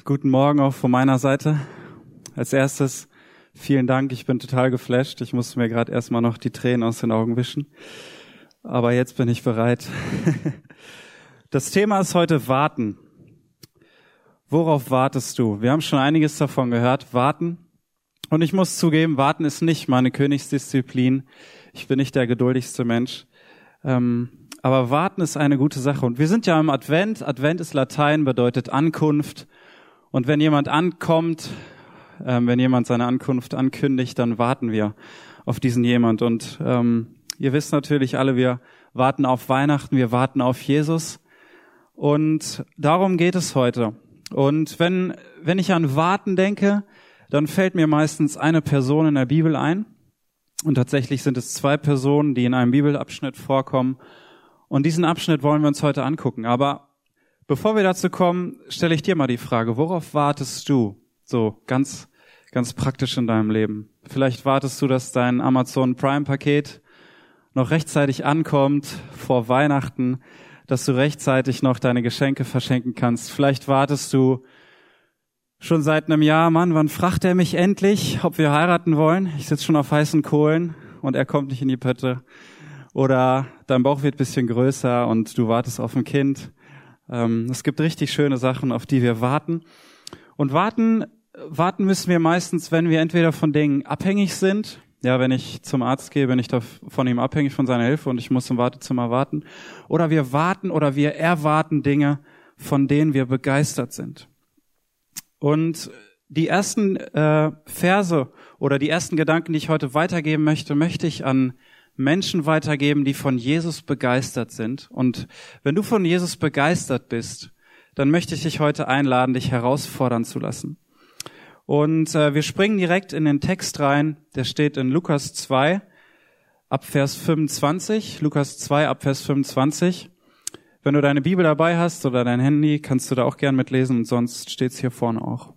Guten Morgen auch von meiner Seite. Als erstes vielen Dank, ich bin total geflasht. Ich musste mir gerade erstmal noch die Tränen aus den Augen wischen. Aber jetzt bin ich bereit. Das Thema ist heute Warten. Worauf wartest du? Wir haben schon einiges davon gehört, Warten. Und ich muss zugeben, Warten ist nicht meine Königsdisziplin. Ich bin nicht der geduldigste Mensch. Aber Warten ist eine gute Sache. Und wir sind ja im Advent. Advent ist Latein, bedeutet Ankunft. Und wenn jemand ankommt, wenn jemand seine Ankunft ankündigt, dann warten wir auf diesen jemand. Und ihr wisst natürlich alle, wir warten auf Weihnachten, wir warten auf Jesus. Und darum geht es heute. Und wenn ich an Warten denke, dann fällt mir meistens eine Person in der Bibel ein. Und tatsächlich sind es 2 Personen, die in einem Bibelabschnitt vorkommen. Und diesen Abschnitt wollen wir uns heute angucken. Aber bevor wir dazu kommen, stelle ich dir mal die Frage, worauf wartest du so ganz praktisch in deinem Leben? Vielleicht wartest du, dass dein Amazon Prime-Paket noch rechtzeitig ankommt vor Weihnachten, dass du rechtzeitig noch deine Geschenke verschenken kannst. Vielleicht wartest du schon seit einem Jahr, Mann, wann fragt er mich endlich, ob wir heiraten wollen? Ich sitze schon auf heißen Kohlen und er kommt nicht in die Pötte. Oder dein Bauch wird ein bisschen größer und du wartest auf ein Kind. Es gibt richtig schöne Sachen, auf die wir warten. Und warten müssen wir meistens, wenn wir entweder von Dingen abhängig sind. Ja, wenn ich zum Arzt gehe, bin ich da von ihm abhängig, von seiner Hilfe und ich muss im Wartezimmer warten. Oder wir warten oder wir erwarten Dinge, von denen wir begeistert sind. Und die ersten Verse oder die ersten Gedanken, die ich heute weitergeben möchte ich an Menschen weitergeben, die von Jesus begeistert sind. Und wenn du von Jesus begeistert bist, dann möchte ich dich heute einladen, dich herausfordern zu lassen. Und wir springen direkt in den Text rein, der steht in Lukas 2, ab Vers 25. Lukas 2, ab Vers 25. Wenn du deine Bibel dabei hast oder dein Handy, kannst du da auch gern mitlesen und sonst steht's hier vorne auch.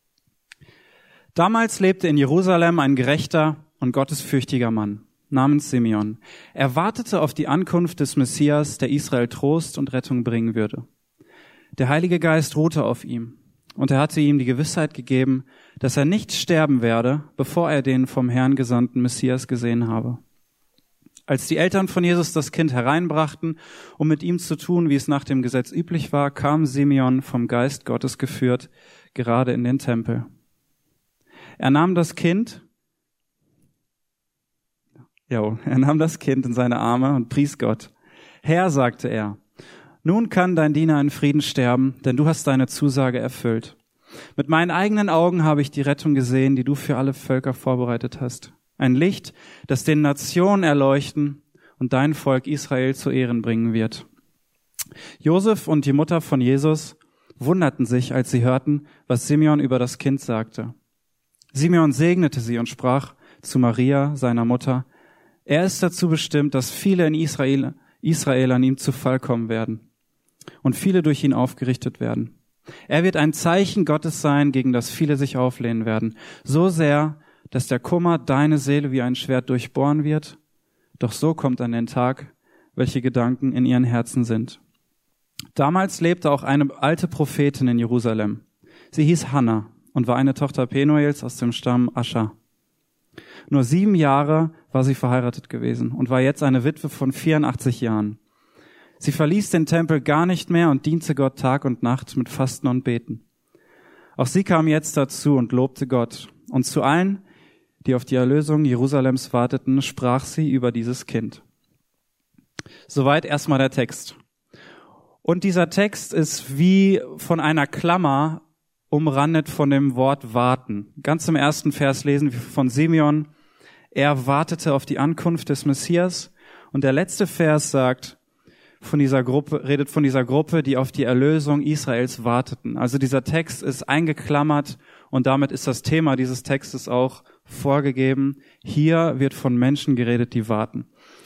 Damals lebte in Jerusalem ein gerechter und gottesfürchtiger Mann namens Simeon. Er wartete auf die Ankunft des Messias, der Israel Trost und Rettung bringen würde. Der Heilige Geist ruhte auf ihm und er hatte ihm die Gewissheit gegeben, dass er nicht sterben werde, bevor er den vom Herrn gesandten Messias gesehen habe. Als die Eltern von Jesus das Kind hereinbrachten, um mit ihm zu tun, wie es nach dem Gesetz üblich war, kam Simeon vom Geist Gottes geführt, gerade in den Tempel. Er nahm das Kind in seine Arme und pries Gott. Herr, sagte er, nun kann dein Diener in Frieden sterben, denn du hast deine Zusage erfüllt. Mit meinen eigenen Augen habe ich die Rettung gesehen, die du für alle Völker vorbereitet hast. Ein Licht, das den Nationen erleuchten und dein Volk Israel zu Ehren bringen wird. Josef und die Mutter von Jesus wunderten sich, als sie hörten, was Simeon über das Kind sagte. Simeon segnete sie und sprach zu Maria, seiner Mutter, er ist dazu bestimmt, dass viele in Israel an ihm zu Fall kommen werden und viele durch ihn aufgerichtet werden. Er wird ein Zeichen Gottes sein, gegen das viele sich auflehnen werden, so sehr, dass der Kummer deine Seele wie ein Schwert durchbohren wird. Doch so kommt an den Tag, welche Gedanken in ihren Herzen sind. Damals lebte auch eine alte Prophetin in Jerusalem. Sie hieß Hannah und war eine Tochter Penuels aus dem Stamm Ascher. Nur 7 Jahre war sie verheiratet gewesen und war jetzt eine Witwe von 84 Jahren. Sie verließ den Tempel gar nicht mehr und diente Gott Tag und Nacht mit Fasten und Beten. Auch sie kam jetzt dazu und lobte Gott. Und zu allen, die auf die Erlösung Jerusalems warteten, sprach sie über dieses Kind. Soweit erstmal der Text. Und dieser Text ist wie von einer Klammer umrandet von dem Wort warten. Ganz im ersten Vers lesen wir von Simeon, er wartete auf die Ankunft des Messias. Und der letzte Vers redet von dieser Gruppe, die auf die Erlösung Israels warteten. Also dieser Text ist eingeklammert und damit ist das Thema dieses Textes auch vorgegeben. Hier wird von Menschen geredet, die warten.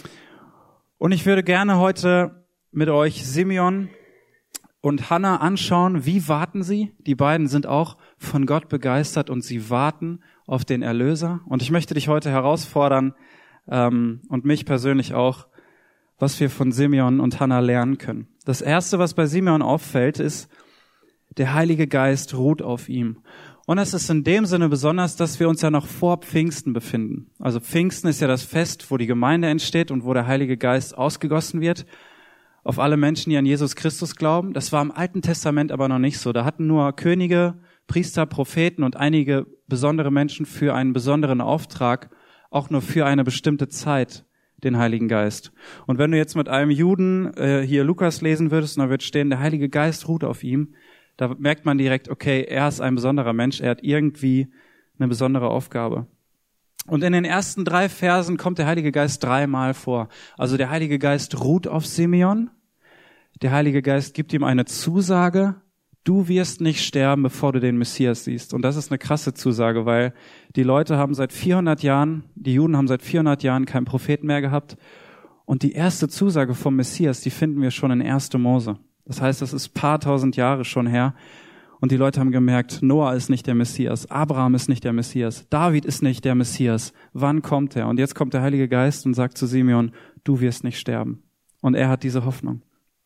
Und ich würde gerne heute mit euch Simeon und Hannah anschauen, wie warten sie? Die beiden sind auch von Gott begeistert und sie warten auf den Erlöser. Und ich möchte dich heute herausfordern und mich persönlich auch, was wir von Simeon und Hannah lernen können. Das Erste, was bei Simeon auffällt, ist, Der Heilige Geist ruht auf ihm. Und es ist in dem Sinne besonders, dass wir uns ja noch vor Pfingsten befinden. Also Pfingsten ist ja das Fest, wo die Gemeinde entsteht und wo der Heilige Geist ausgegossen wird auf alle Menschen, die an Jesus Christus glauben. Das war im Alten Testament aber noch nicht so. Da hatten nur Könige, Priester, Propheten und einige besondere Menschen für einen besonderen Auftrag, auch nur für eine bestimmte Zeit, den Heiligen Geist. Und wenn du jetzt mit einem Juden hier Lukas lesen würdest, und da wird stehen, der Heilige Geist ruht auf ihm, da merkt man direkt, okay, er ist ein besonderer Mensch, er hat irgendwie eine besondere Aufgabe. Und in den ersten 3 Versen kommt der Heilige Geist 3-mal vor. Also der Heilige Geist ruht auf Simeon, der Heilige Geist gibt ihm eine Zusage, du wirst nicht sterben, bevor du den Messias siehst. Und das ist eine krasse Zusage, weil die Juden haben seit 400 Jahren keinen Propheten mehr gehabt. Und die erste Zusage vom Messias, die finden wir schon in 1. Mose. Das heißt, das ist paar tausend Jahre schon her. Und die Leute haben gemerkt, Noah ist nicht der Messias, Abraham ist nicht der Messias, David ist nicht der Messias. Wann kommt er? Und jetzt kommt der Heilige Geist und sagt zu Simeon, du wirst nicht sterben. Und er hat diese Hoffnung.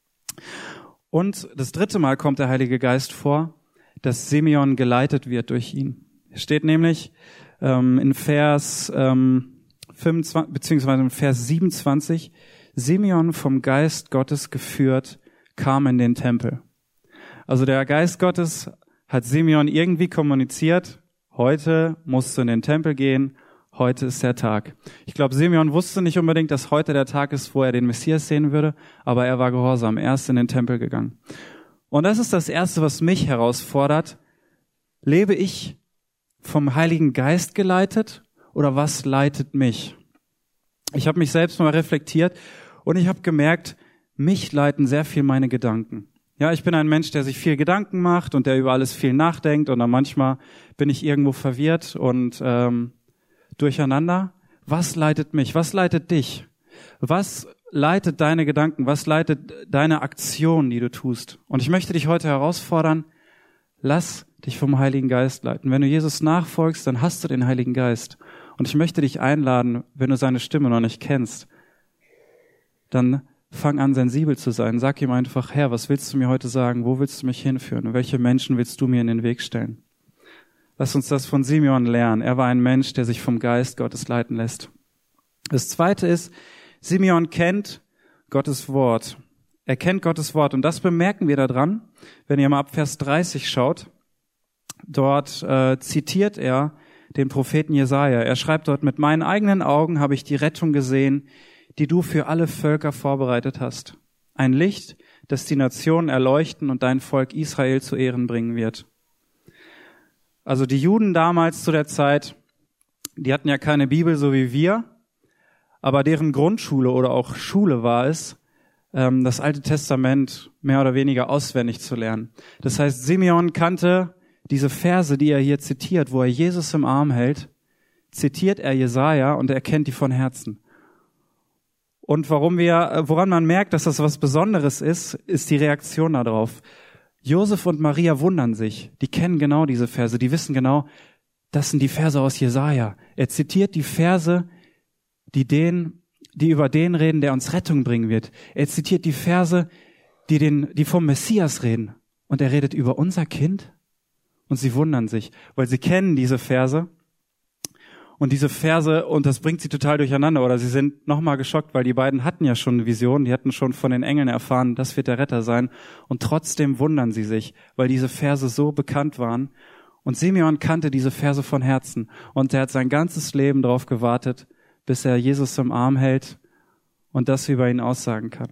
Und das 3. Mal kommt der Heilige Geist vor, dass Simeon geleitet wird durch ihn. Es steht nämlich in Vers 25 beziehungsweise in Vers 27, Simeon vom Geist Gottes geführt, kam in den Tempel. Also der Geist Gottes hat Simeon irgendwie kommuniziert, heute musst du in den Tempel gehen, heute ist der Tag. Ich glaube, Simeon wusste nicht unbedingt, dass heute der Tag ist, wo er den Messias sehen würde, aber er war gehorsam, er ist in den Tempel gegangen. Und das ist das Erste, was mich herausfordert. Lebe ich vom Heiligen Geist geleitet oder was leitet mich? Ich habe mich selbst mal reflektiert und ich habe gemerkt, mich leiten sehr viel meine Gedanken. Ja, ich bin ein Mensch, der sich viel Gedanken macht und der über alles viel nachdenkt und dann manchmal bin ich irgendwo verwirrt und durcheinander. Was leitet mich? Was leitet dich? Was leitet deine Gedanken? Was leitet deine Aktion, die du tust? Und ich möchte dich heute herausfordern, lass dich vom Heiligen Geist leiten. Wenn du Jesus nachfolgst, dann hast du den Heiligen Geist. Und ich möchte dich einladen, wenn du seine Stimme noch nicht kennst, dann fang an, sensibel zu sein. Sag ihm einfach, Herr, was willst du mir heute sagen? Wo willst du mich hinführen? Welche Menschen willst du mir in den Weg stellen? Lass uns das von Simeon lernen. Er war ein Mensch, der sich vom Geist Gottes leiten lässt. Das Zweite ist, Simeon kennt Gottes Wort. Er kennt Gottes Wort. Und das bemerken wir daran, wenn ihr mal ab Vers 30 schaut. Dort zitiert er den Propheten Jesaja. Er schreibt dort, mit meinen eigenen Augen habe ich die Rettung gesehen, die du für alle Völker vorbereitet hast. Ein Licht, das die Nationen erleuchten und dein Volk Israel zu Ehren bringen wird. Also die Juden damals zu der Zeit, die hatten ja keine Bibel so wie wir, aber deren Grundschule oder auch Schule war es, das Alte Testament mehr oder weniger auswendig zu lernen. Das heißt, Simeon kannte diese Verse, die er hier zitiert, wo er Jesus im Arm hält, zitiert er Jesaja und er kennt die von Herzen. Und woran man merkt, dass das was Besonderes ist, ist die Reaktion darauf. Josef und Maria wundern sich. Die kennen genau diese Verse. Die wissen genau, das sind die Verse aus Jesaja. Er zitiert die Verse, die über den reden, der uns Rettung bringen wird. Er zitiert die Verse, die vom Messias reden. Und er redet über unser Kind. Und sie wundern sich, weil sie kennen diese Verse. Und das bringt sie total durcheinander, oder sie sind nochmal geschockt, weil die beiden hatten ja schon eine Vision, die hatten schon von den Engeln erfahren, das wird der Retter sein. Und trotzdem wundern sie sich, weil diese Verse so bekannt waren. Und Simeon kannte diese Verse von Herzen. Und er hat sein ganzes Leben darauf gewartet, bis er Jesus im Arm hält und das über ihn aussagen kann.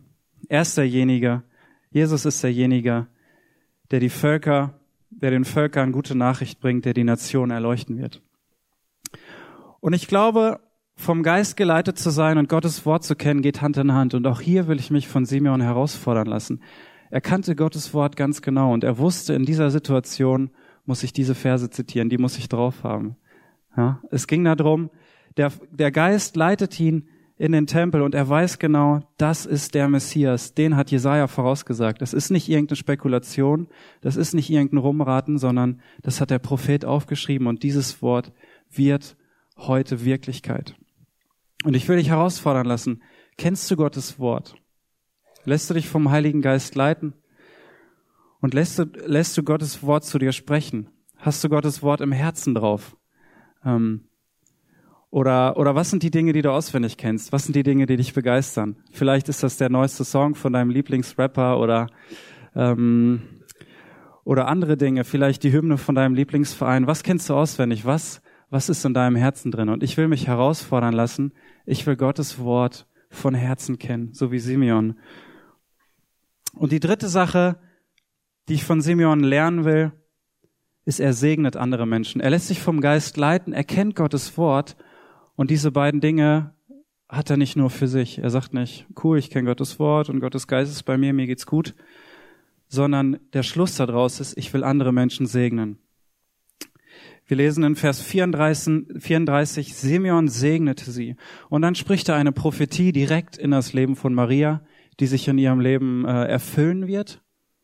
Jesus ist derjenige, der den Völkern gute Nachricht bringt, der die Nation erleuchten wird. Und ich glaube, vom Geist geleitet zu sein und Gottes Wort zu kennen, geht Hand in Hand. Und auch hier will ich mich von Simeon herausfordern lassen. Er kannte Gottes Wort ganz genau und er wusste, in dieser Situation muss ich diese Verse zitieren, die muss ich drauf haben. Ja, es ging darum, der Geist leitet ihn in den Tempel und er weiß genau, das ist der Messias, den hat Jesaja vorausgesagt. Das ist nicht irgendeine Spekulation, das ist nicht irgendein Rumraten, sondern das hat der Prophet aufgeschrieben und dieses Wort wird heute Wirklichkeit. Und ich will dich herausfordern lassen, kennst du Gottes Wort? Lässt du dich vom Heiligen Geist leiten? Und lässt du Gottes Wort zu dir sprechen? Hast du Gottes Wort im Herzen drauf? Oder was sind die Dinge, die du auswendig kennst? Was sind die Dinge, die dich begeistern? Vielleicht ist das der neueste Song von deinem Lieblingsrapper oder andere Dinge, vielleicht die Hymne von deinem Lieblingsverein. Was kennst du auswendig? Was ist in deinem Herzen drin? Und ich will mich herausfordern lassen. Ich will Gottes Wort von Herzen kennen, so wie Simeon. Und die dritte Sache, die ich von Simeon lernen will, ist, er segnet andere Menschen. Er lässt sich vom Geist leiten, er kennt Gottes Wort und diese beiden Dinge hat er nicht nur für sich. Er sagt nicht, cool, ich kenne Gottes Wort und Gottes Geist ist bei mir geht's gut, sondern der Schluss daraus ist, ich will andere Menschen segnen. Wir lesen in Vers 34, Simeon segnete sie. Und dann spricht er eine Prophetie direkt in das Leben von Maria, die sich in ihrem Leben erfüllen wird.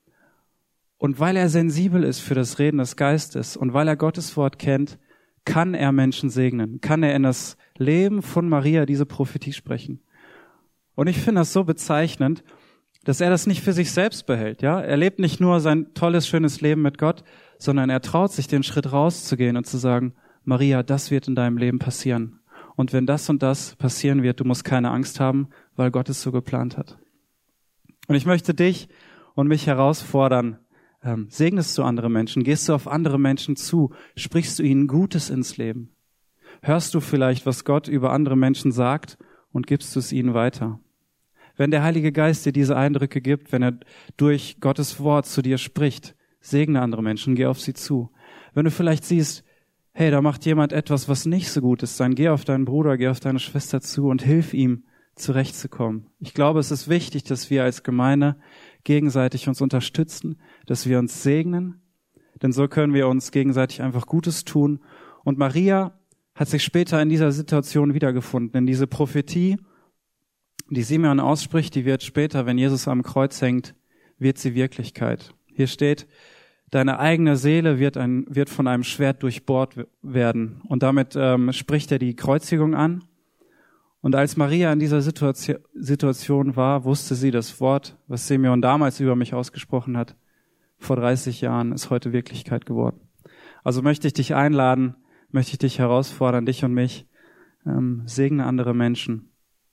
Und weil er sensibel ist für das Reden des Geistes und weil er Gottes Wort kennt, kann er Menschen segnen, kann er in das Leben von Maria diese Prophetie sprechen. Und ich finde das so bezeichnend, dass er das nicht für sich selbst behält. Ja, er lebt nicht nur sein tolles, schönes Leben mit Gott, sondern er traut sich, den Schritt rauszugehen und zu sagen, Maria, das wird in deinem Leben passieren. Und wenn das und das passieren wird, du musst keine Angst haben, weil Gott es so geplant hat. Und ich möchte dich und mich herausfordern, segnest du andere Menschen, gehst du auf andere Menschen zu, sprichst du ihnen Gutes ins Leben? Hörst du vielleicht, was Gott über andere Menschen sagt und gibst du es ihnen weiter? Wenn der Heilige Geist dir diese Eindrücke gibt, wenn er durch Gottes Wort zu dir spricht, segne andere Menschen, geh auf sie zu. Wenn du vielleicht siehst, hey, da macht jemand etwas, was nicht so gut ist, dann geh auf deinen Bruder, geh auf deine Schwester zu und hilf ihm, zurechtzukommen. Ich glaube, es ist wichtig, dass wir als Gemeinde gegenseitig uns unterstützen, dass wir uns segnen, denn so können wir uns gegenseitig einfach Gutes tun. Und Maria hat sich später in dieser Situation wiedergefunden, in diese Prophetie, die Simeon ausspricht, die wird später, wenn Jesus am Kreuz hängt, wird sie Wirklichkeit. Hier steht, deine eigene Seele wird von einem Schwert durchbohrt werden. Und damit spricht er die Kreuzigung an. Und als Maria in dieser Situation war, wusste sie, das Wort, was Simeon damals über mich ausgesprochen hat, vor 30 Jahren, ist heute Wirklichkeit geworden. Also möchte ich dich einladen, möchte ich dich herausfordern, dich und mich, segne andere Menschen.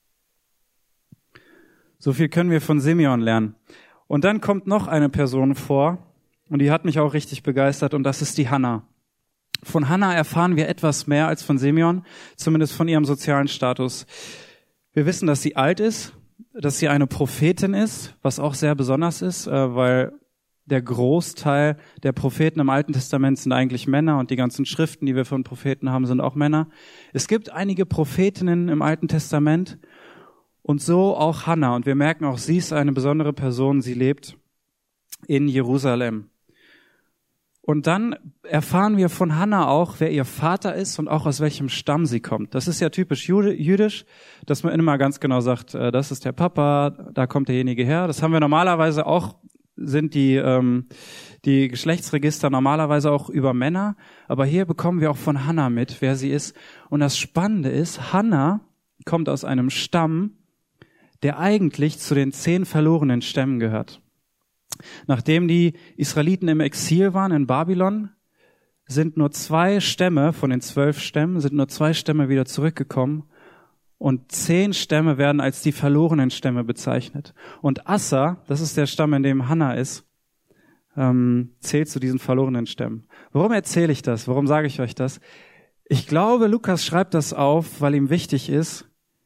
So viel können wir von Simeon lernen. Und dann kommt noch eine Person vor, und die hat mich auch richtig begeistert, und das ist die Hannah. Von Hannah erfahren wir etwas mehr als von Simeon, zumindest von ihrem sozialen Status. Wir wissen, dass sie alt ist, dass sie eine Prophetin ist, was auch sehr besonders ist, weil der Großteil der Propheten im Alten Testament sind eigentlich Männer und die ganzen Schriften, die wir von Propheten haben, sind auch Männer. Es gibt einige Prophetinnen im Alten Testament und so auch Hannah. Und wir merken auch, sie ist eine besondere Person, sie lebt in Jerusalem. Und dann erfahren wir von Hannah auch, wer ihr Vater ist und auch aus welchem Stamm sie kommt. Das ist ja typisch jüdisch, dass man immer ganz genau sagt, das ist der Papa, da kommt derjenige her. Das haben wir normalerweise auch, sind die Geschlechtsregister normalerweise auch über Männer. Aber hier bekommen wir auch von Hannah mit, wer sie ist. Und das Spannende ist, Hannah kommt aus einem Stamm, der eigentlich zu den 10 verlorenen Stämmen gehört. Nachdem die Israeliten im Exil waren in Babylon, sind nur 2 Stämme von den 12 Stämmen, sind nur 2 Stämme wieder zurückgekommen und 10 Stämme werden als die verlorenen Stämme bezeichnet. Und Asser, das ist der Stamm, in dem Hannah ist, zählt zu diesen verlorenen Stämmen. Warum erzähle ich das? Warum sage ich euch das? Ich glaube, Lukas schreibt das auf, weil ihm wichtig ist,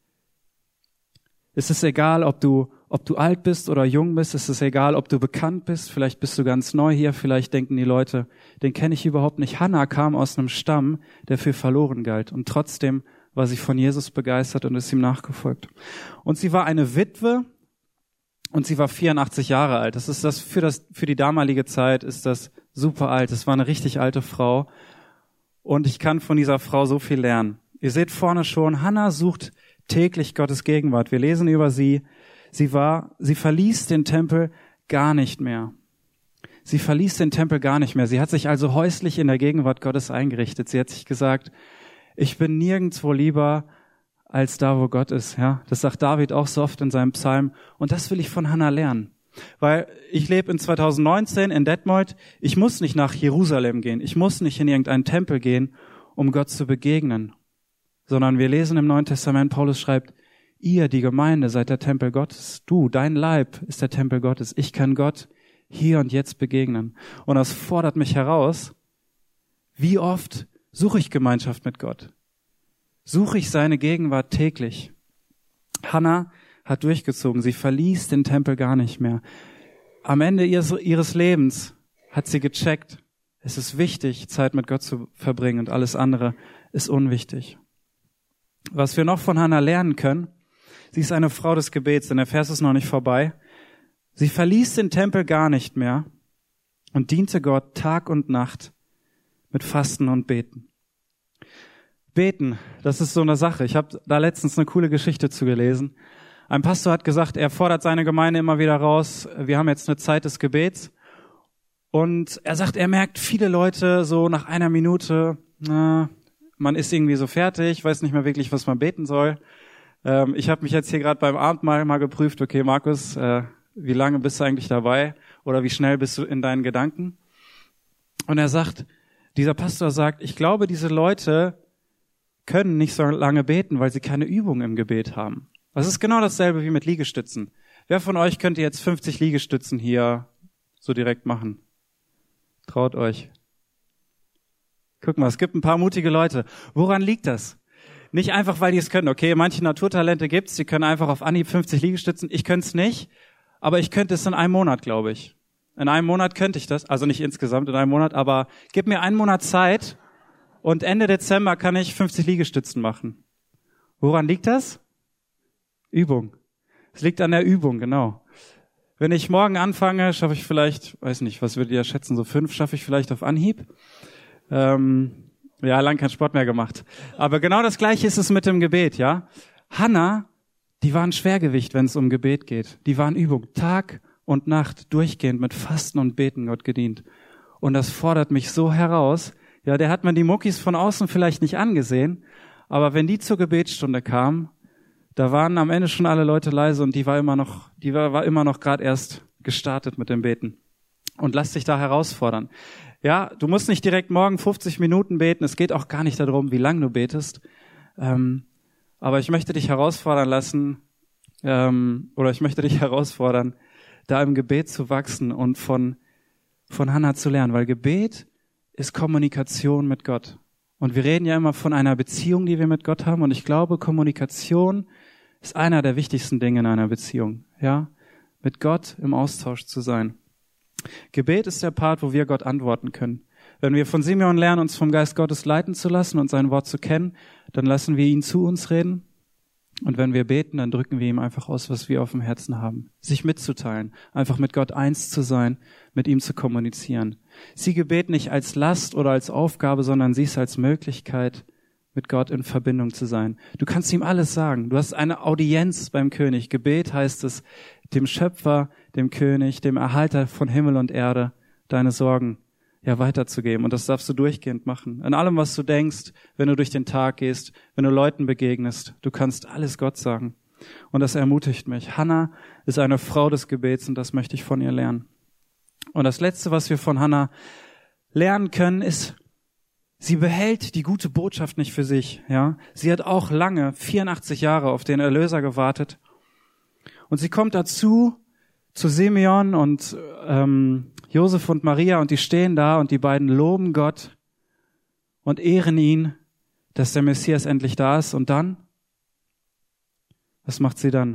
es ist egal, ob du alt bist oder jung bist, es ist egal, ob du bekannt bist, vielleicht bist du ganz neu hier, vielleicht denken die Leute, den kenne ich überhaupt nicht. Hannah kam aus einem Stamm, der für verloren galt und trotzdem war sie von Jesus begeistert und ist ihm nachgefolgt. Und sie war eine Witwe und sie war 84 Jahre alt. Das ist für die damalige Zeit ist das super alt. Das war eine richtig alte Frau und ich kann von dieser Frau so viel lernen. Ihr seht vorne schon, Hannah sucht täglich Gottes Gegenwart. Wir lesen über sie. Sie verließ den Tempel gar nicht mehr. Sie hat sich also häuslich in der Gegenwart Gottes eingerichtet. Sie hat sich gesagt, ich bin nirgendwo lieber als da, wo Gott ist. Ja, das sagt David auch so oft in seinem Psalm. Und das will ich von Hannah lernen. Weil ich lebe in 2019 in Detmold. Ich muss nicht nach Jerusalem gehen. Ich muss nicht in irgendeinen Tempel gehen, um Gott zu begegnen. Sondern wir lesen im Neuen Testament, Paulus schreibt, ihr, die Gemeinde, seid der Tempel Gottes. Du, dein Leib ist der Tempel Gottes. Ich kann Gott hier und jetzt begegnen. Und das fordert mich heraus, wie oft suche ich Gemeinschaft mit Gott? Suche ich seine Gegenwart täglich? Hannah hat durchgezogen. Sie verließ den Tempel gar nicht mehr. Am Ende ihres Lebens hat sie gecheckt, es ist wichtig, Zeit mit Gott zu verbringen und alles andere ist unwichtig. Was wir noch von Hannah lernen können, sie ist eine Frau des Gebets, denn der Vers ist noch nicht vorbei. Sie verließ den Tempel gar nicht mehr und diente Gott Tag und Nacht mit Fasten und Beten. Beten, das ist so eine Sache. Ich habe da letztens eine coole Geschichte zu gelesen. Ein Pastor hat gesagt, er fordert seine Gemeinde immer wieder raus. Wir haben jetzt eine Zeit des Gebets. Und er sagt, er merkt viele Leute so nach einer Minute, man ist irgendwie so fertig, weiß nicht mehr wirklich, was man beten soll. Ich habe mich jetzt hier gerade beim Abendmahl mal geprüft, okay Markus, wie lange bist du eigentlich dabei? Oder wie schnell bist du in deinen Gedanken? Und er sagt, dieser Pastor sagt, ich glaube, diese Leute können nicht so lange beten, weil sie keine Übung im Gebet haben. Das ist genau dasselbe wie mit Liegestützen. Wer von euch könnte jetzt 50 Liegestützen hier so direkt machen? Traut euch. Guck mal, es gibt ein paar mutige Leute. Woran liegt das? Nicht einfach, weil die es können. Okay, manche Naturtalente gibt's, die können einfach auf Anhieb 50 Liegestützen. Ich könnte es nicht, aber ich könnte es in einem Monat, glaube ich. In einem Monat könnte ich das, also nicht insgesamt in einem Monat, aber gib mir einen Monat Zeit und Ende Dezember kann ich 50 Liegestützen machen. Woran liegt das? Übung. Es liegt an der Übung, genau. Wenn ich morgen anfange, schaffe ich vielleicht, weiß nicht, was würdet ihr schätzen, so 5 schaffe ich vielleicht auf Anhieb. Ja, lang keinen Sport mehr gemacht. Aber genau das Gleiche ist es mit dem Gebet, ja. Hannah, die war ein Schwergewicht, wenn es um Gebet geht. Die war in Übung. Tag und Nacht durchgehend mit Fasten und Beten Gott gedient. Und das fordert mich so heraus. Ja, der hat man die Muckis von außen vielleicht nicht angesehen, aber wenn die zur Gebetsstunde kamen, da waren am Ende schon alle Leute leise und die war immer noch gerade erst gestartet mit dem Beten. Und lass dich da herausfordern. Ja, du musst nicht direkt morgen 50 Minuten beten. Es geht auch gar nicht darum, wie lange du betest. Aber ich möchte dich herausfordern lassen, ich möchte dich herausfordern, da im Gebet zu wachsen und von Hannah zu lernen. Weil Gebet ist Kommunikation mit Gott. Und wir reden ja immer von einer Beziehung, die wir mit Gott haben. Und ich glaube, Kommunikation ist einer der wichtigsten Dinge in einer Beziehung. Ja, mit Gott im Austausch zu sein. Gebet ist der Part, wo wir Gott antworten können. Wenn wir von Simeon lernen, uns vom Geist Gottes leiten zu lassen und sein Wort zu kennen, dann lassen wir ihn zu uns reden. Und wenn wir beten, dann drücken wir ihm einfach aus, was wir auf dem Herzen haben. Sich mitzuteilen, einfach mit Gott eins zu sein, mit ihm zu kommunizieren. Sieh Gebet nicht als Last oder als Aufgabe, sondern sieh es als Möglichkeit, mit Gott in Verbindung zu sein. Du kannst ihm alles sagen. Du hast eine Audienz beim König. Gebet heißt es, dem Schöpfer, dem König, dem Erhalter von Himmel und Erde, deine Sorgen weiterzugeben. Und das darfst du durchgehend machen. In allem, was du denkst, wenn du durch den Tag gehst, wenn du Leuten begegnest, du kannst alles Gott sagen. Und das ermutigt mich. Hannah ist eine Frau des Gebets und das möchte ich von ihr lernen. Und das Letzte, was wir von Hannah lernen können, ist, sie behält die gute Botschaft nicht für sich. Ja, sie hat auch lange, 84 Jahre, auf den Erlöser gewartet. Und sie kommt dazu, zu Simeon und Josef und Maria, und die stehen da und die beiden loben Gott und ehren ihn, dass der Messias endlich da ist. Und dann? Was macht sie dann?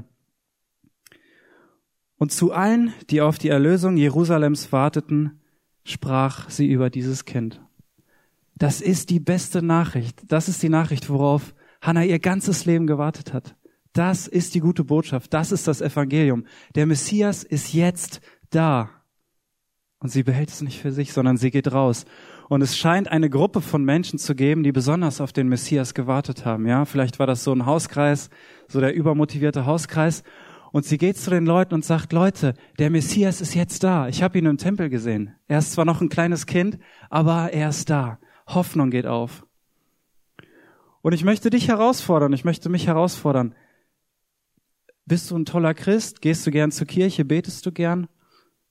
Und zu allen, die auf die Erlösung Jerusalems warteten, sprach sie über dieses Kind. Das ist die beste Nachricht. Das ist die Nachricht, worauf Hannah ihr ganzes Leben gewartet hat. Das ist die gute Botschaft. Das ist das Evangelium. Der Messias ist jetzt da. Und sie behält es nicht für sich, sondern sie geht raus. Und es scheint eine Gruppe von Menschen zu geben, die besonders auf den Messias gewartet haben. Ja, vielleicht war das so ein Hauskreis, so der übermotivierte Hauskreis. Und sie geht zu den Leuten und sagt, Leute, der Messias ist jetzt da. Ich habe ihn im Tempel gesehen. Er ist zwar noch ein kleines Kind, aber er ist da. Hoffnung geht auf. Und ich möchte dich herausfordern, ich möchte mich herausfordern. Bist du ein toller Christ? Gehst du gern zur Kirche? Betest du gern?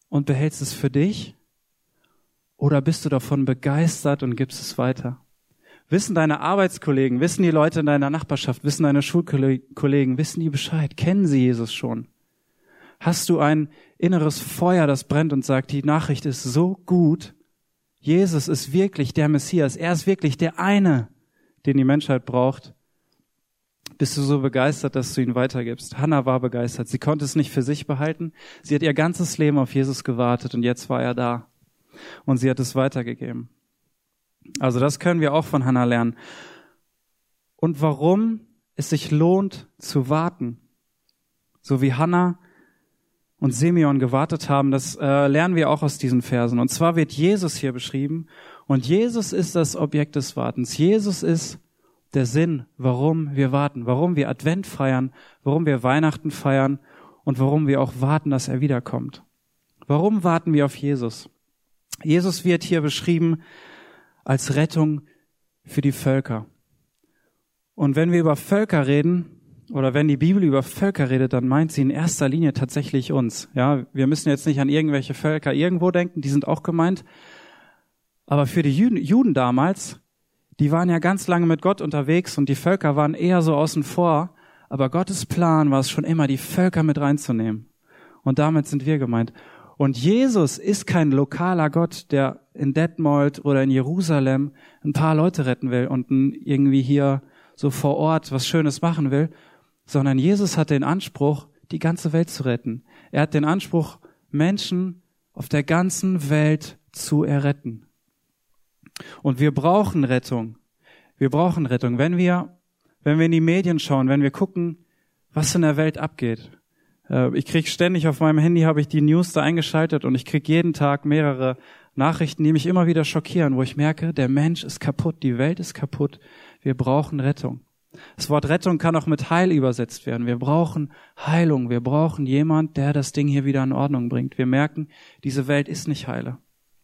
und behältst es für dich? Oder bist du davon begeistert und gibst es weiter? Wissen deine Arbeitskollegen, wissen die Leute in deiner Nachbarschaft, wissen deine Schulkollegen, wissen die Bescheid? Kennen sie Jesus schon? Hast du ein inneres Feuer, das brennt und sagt, die Nachricht ist so gut, Jesus ist wirklich der Messias, er ist wirklich der eine, den die Menschheit braucht. Bist du so begeistert, dass du ihn weitergibst? Hannah war begeistert, sie konnte es nicht für sich behalten, sie hat ihr ganzes Leben auf Jesus gewartet und jetzt war er da und sie hat es weitergegeben. Also das können wir auch von Hannah lernen. Und warum es sich lohnt zu warten, so wie Hannah und Simeon gewartet haben, das lernen wir auch aus diesen Versen. Und zwar wird Jesus hier beschrieben und Jesus ist das Objekt des Wartens. Jesus ist der Sinn, warum wir warten, warum wir Advent feiern, warum wir Weihnachten feiern und warum wir auch warten, dass er wiederkommt. Warum warten wir auf Jesus? Jesus wird hier beschrieben als Rettung für die Völker. Und wenn wir über Völker reden, oder wenn die Bibel über Völker redet, dann meint sie in erster Linie tatsächlich uns. Ja, wir müssen jetzt nicht an irgendwelche Völker irgendwo denken, die sind auch gemeint. Aber für die Juden damals, die waren ja ganz lange mit Gott unterwegs und die Völker waren eher so außen vor. Aber Gottes Plan war es schon immer, die Völker mit reinzunehmen. Und damit sind wir gemeint. Und Jesus ist kein lokaler Gott, der in Detmold oder in Jerusalem ein paar Leute retten will und irgendwie hier so vor Ort was Schönes machen will, sondern Jesus hat den Anspruch, die ganze Welt zu retten. Er hat den Anspruch, Menschen auf der ganzen Welt zu erretten. Und wir brauchen Rettung. Wir brauchen Rettung. Wenn wir in die Medien schauen, wenn wir gucken, was in der Welt abgeht. Ich kriege ständig auf meinem Handy, habe ich die News da eingeschaltet und ich kriege jeden Tag mehrere Nachrichten, die mich immer wieder schockieren, wo ich merke, der Mensch ist kaputt, die Welt ist kaputt, wir brauchen Rettung. Das Wort Rettung kann auch mit Heil übersetzt werden. Wir brauchen Heilung, wir brauchen jemand, der das Ding hier wieder in Ordnung bringt. Wir merken, diese Welt ist nicht heile.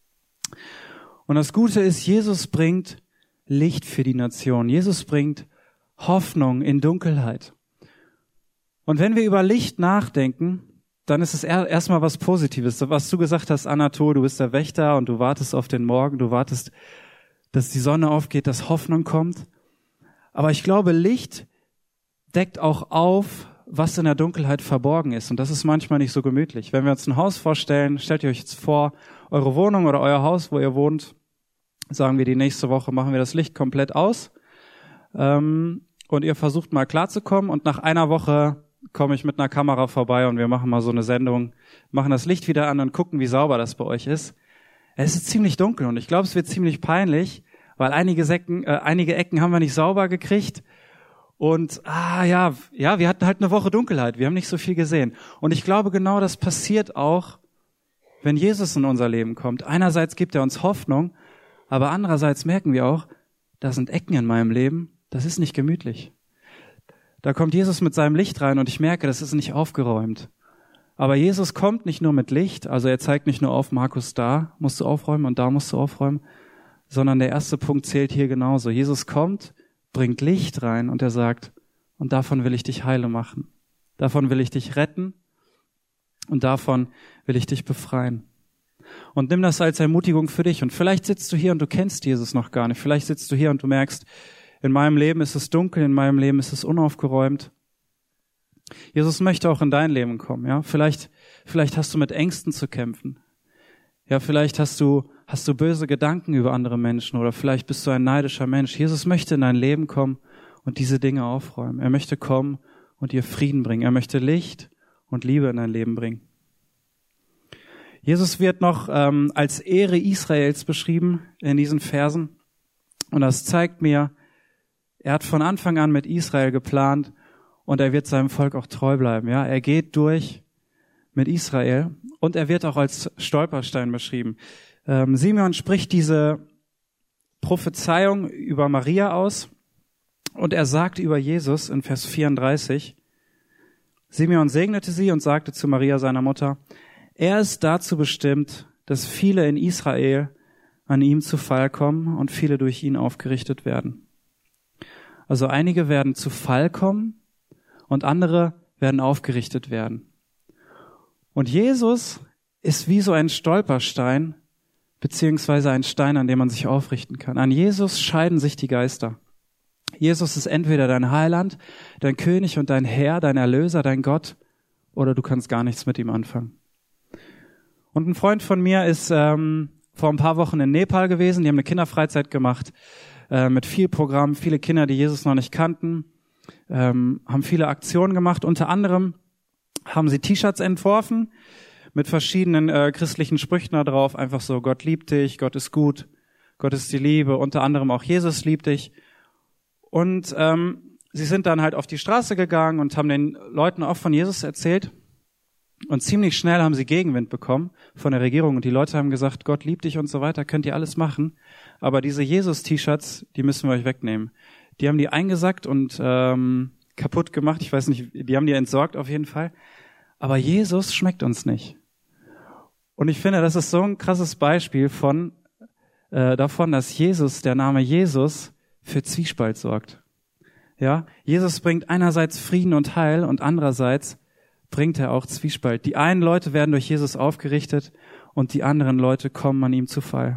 Und das Gute ist, Jesus bringt Licht für die Nation. Jesus bringt Hoffnung in Dunkelheit. Und wenn wir über Licht nachdenken, dann ist es erstmal was Positives. Was du gesagt hast, Anatol, du bist der Wächter und du wartest auf den Morgen, du wartest, dass die Sonne aufgeht, dass Hoffnung kommt. Aber ich glaube, Licht deckt auch auf, was in der Dunkelheit verborgen ist. Und das ist manchmal nicht so gemütlich. Wenn wir uns ein Haus vorstellen, stellt ihr euch jetzt vor, eure Wohnung oder euer Haus, wo ihr wohnt, sagen wir, die nächste Woche machen wir das Licht komplett aus. Und ihr versucht mal klarzukommen und nach einer Woche komme ich mit einer Kamera vorbei und wir machen mal so eine Sendung, machen das Licht wieder an und gucken, wie sauber das bei euch ist. Es ist ziemlich dunkel und ich glaube, es wird ziemlich peinlich, weil einige Ecken haben wir nicht sauber gekriegt und wir hatten halt eine Woche Dunkelheit, wir haben nicht so viel gesehen. Und ich glaube, genau das passiert auch, wenn Jesus in unser Leben kommt. Einerseits gibt er uns Hoffnung, aber andererseits merken wir auch, da sind Ecken in meinem Leben, das ist nicht gemütlich. Da kommt Jesus mit seinem Licht rein und ich merke, das ist nicht aufgeräumt. Aber Jesus kommt nicht nur mit Licht, also er zeigt nicht nur auf, Markus, da musst du aufräumen und da musst du aufräumen, sondern der erste Punkt zählt hier genauso. Jesus kommt, bringt Licht rein und er sagt, und davon will ich dich heile machen. Davon will ich dich retten und davon will ich dich befreien. Und nimm das als Ermutigung für dich. Und vielleicht sitzt du hier und du kennst Jesus noch gar nicht. Vielleicht sitzt du hier und du merkst, in meinem Leben ist es dunkel, in meinem Leben ist es unaufgeräumt. Jesus möchte auch in dein Leben kommen, ja? Vielleicht hast du mit Ängsten zu kämpfen. Ja, vielleicht hast du böse Gedanken über andere Menschen oder vielleicht bist du ein neidischer Mensch. Jesus möchte in dein Leben kommen und diese Dinge aufräumen. Er möchte kommen und dir Frieden bringen. Er möchte Licht und Liebe in dein Leben bringen. Jesus wird noch als Ehre Israels beschrieben in diesen Versen. Und das zeigt mir, er hat von Anfang an mit Israel geplant und er wird seinem Volk auch treu bleiben. Ja, er geht durch mit Israel und er wird auch als Stolperstein beschrieben. Simeon spricht diese Prophezeiung über Maria aus und er sagt über Jesus in Vers 34, Simeon segnete sie und sagte zu Maria, seiner Mutter, er ist dazu bestimmt, dass viele in Israel an ihm zu Fall kommen und viele durch ihn aufgerichtet werden. Also einige werden zu Fall kommen und andere werden aufgerichtet werden. Und Jesus ist wie so ein Stolperstein, beziehungsweise ein Stein, an dem man sich aufrichten kann. An Jesus scheiden sich die Geister. Jesus ist entweder dein Heiland, dein König und dein Herr, dein Erlöser, dein Gott, oder du kannst gar nichts mit ihm anfangen. Und ein Freund von mir ist vor ein paar Wochen in Nepal gewesen. Die haben eine Kinderfreizeit gemacht mit viel Programm, viele Kinder, die Jesus noch nicht kannten, haben viele Aktionen gemacht. Unter anderem haben sie T-Shirts entworfen mit verschiedenen christlichen Sprüchen da drauf. Einfach so, Gott liebt dich, Gott ist gut, Gott ist die Liebe, unter anderem auch Jesus liebt dich. Und sie sind dann halt auf die Straße gegangen und haben den Leuten auch von Jesus erzählt. Und ziemlich schnell haben sie Gegenwind bekommen von der Regierung. Und die Leute haben gesagt, Gott liebt dich und so weiter, könnt ihr alles machen. Aber diese Jesus-T-Shirts, die müssen wir euch wegnehmen. Die haben die eingesackt und kaputt gemacht. Ich weiß nicht, die haben die entsorgt auf jeden Fall. Aber Jesus schmeckt uns nicht. Und ich finde, das ist so ein krasses Beispiel davon, dass Jesus, der Name Jesus, für Zwiespalt sorgt. Ja, Jesus bringt einerseits Frieden und Heil und andererseits bringt er auch Zwiespalt. Die einen Leute werden durch Jesus aufgerichtet und die anderen Leute kommen an ihm zu Fall.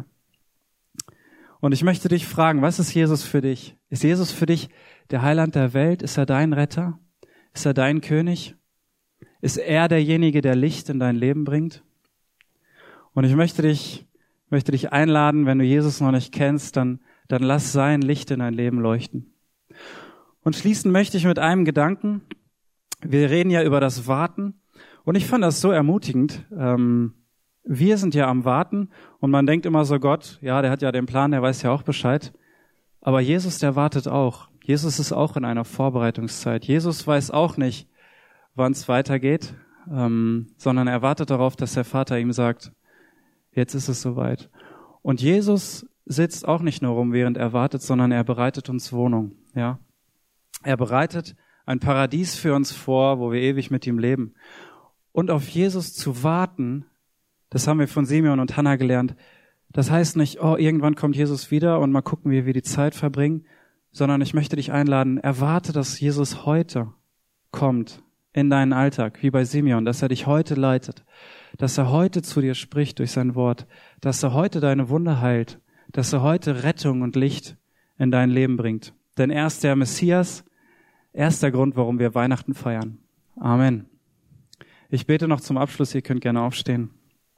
Und ich möchte dich fragen, was ist Jesus für dich? Ist Jesus für dich der Heiland der Welt? Ist er dein Retter? Ist er dein König? Ist er derjenige, der Licht in dein Leben bringt? Und ich möchte dich einladen, wenn du Jesus noch nicht kennst, dann lass sein Licht in dein Leben leuchten. Und schließen möchte ich mit einem Gedanken. Wir reden ja über das Warten und ich fand das so ermutigend. Wir sind ja am Warten und man denkt immer so, Gott, ja, der hat ja den Plan, der weiß ja auch Bescheid. Aber Jesus, der wartet auch. Jesus ist auch in einer Vorbereitungszeit. Jesus weiß auch nicht, wann es weitergeht, sondern er wartet darauf, dass der Vater ihm sagt, jetzt ist es soweit. Und Jesus sitzt auch nicht nur rum, während er wartet, sondern er bereitet uns Wohnung. Ja, er bereitet ein Paradies für uns vor, wo wir ewig mit ihm leben. Und auf Jesus zu warten, das haben wir von Simeon und Hannah gelernt, das heißt nicht, oh, irgendwann kommt Jesus wieder und mal gucken, wie wir die Zeit verbringen, sondern ich möchte dich einladen, erwarte, dass Jesus heute kommt in deinen Alltag, wie bei Simeon, dass er dich heute leitet, dass er heute zu dir spricht durch sein Wort, dass er heute deine Wunde heilt, dass er heute Rettung und Licht in dein Leben bringt. Denn er ist der Messias, er ist der Grund, warum wir Weihnachten feiern. Amen. Ich bete noch zum Abschluss, ihr könnt gerne aufstehen.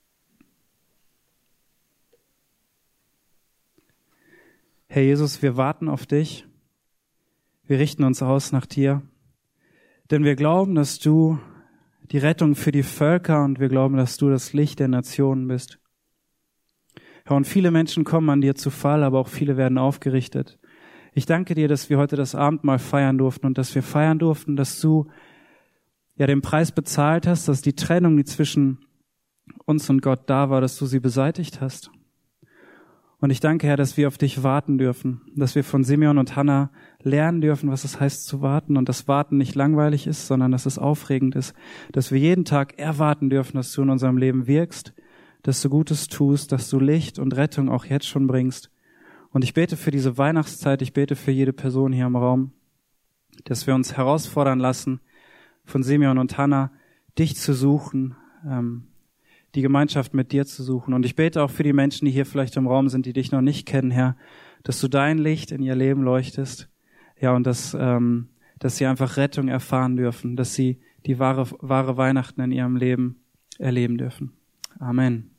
Herr Jesus, wir warten auf dich. Wir richten uns aus nach dir. Denn wir glauben, dass du die Rettung für die Völker und wir glauben, dass du das Licht der Nationen bist. Herr, und viele Menschen kommen an dir zu Fall, aber auch viele werden aufgerichtet. Ich danke dir, dass wir heute das Abendmahl feiern durften und dass wir feiern durften, dass du ja den Preis bezahlt hast, dass die Trennung, die zwischen uns und Gott da war, dass du sie beseitigt hast. Und ich danke, Herr, dass wir auf dich warten dürfen, dass wir von Simeon und Hannah lernen dürfen, was es heißt zu warten und dass Warten nicht langweilig ist, sondern dass es aufregend ist, dass wir jeden Tag erwarten dürfen, dass du in unserem Leben wirkst, dass du Gutes tust, dass du Licht und Rettung auch jetzt schon bringst. Und ich bete für diese Weihnachtszeit, ich bete für jede Person hier im Raum, dass wir uns herausfordern lassen, von Simeon und Hannah, dich zu suchen, die Gemeinschaft mit dir zu suchen. Und ich bete auch für die Menschen, die hier vielleicht im Raum sind, die dich noch nicht kennen, Herr, dass du dein Licht in ihr Leben leuchtest, ja, und dass sie einfach Rettung erfahren dürfen, dass sie die wahre Weihnachten in ihrem Leben erleben dürfen. Amen.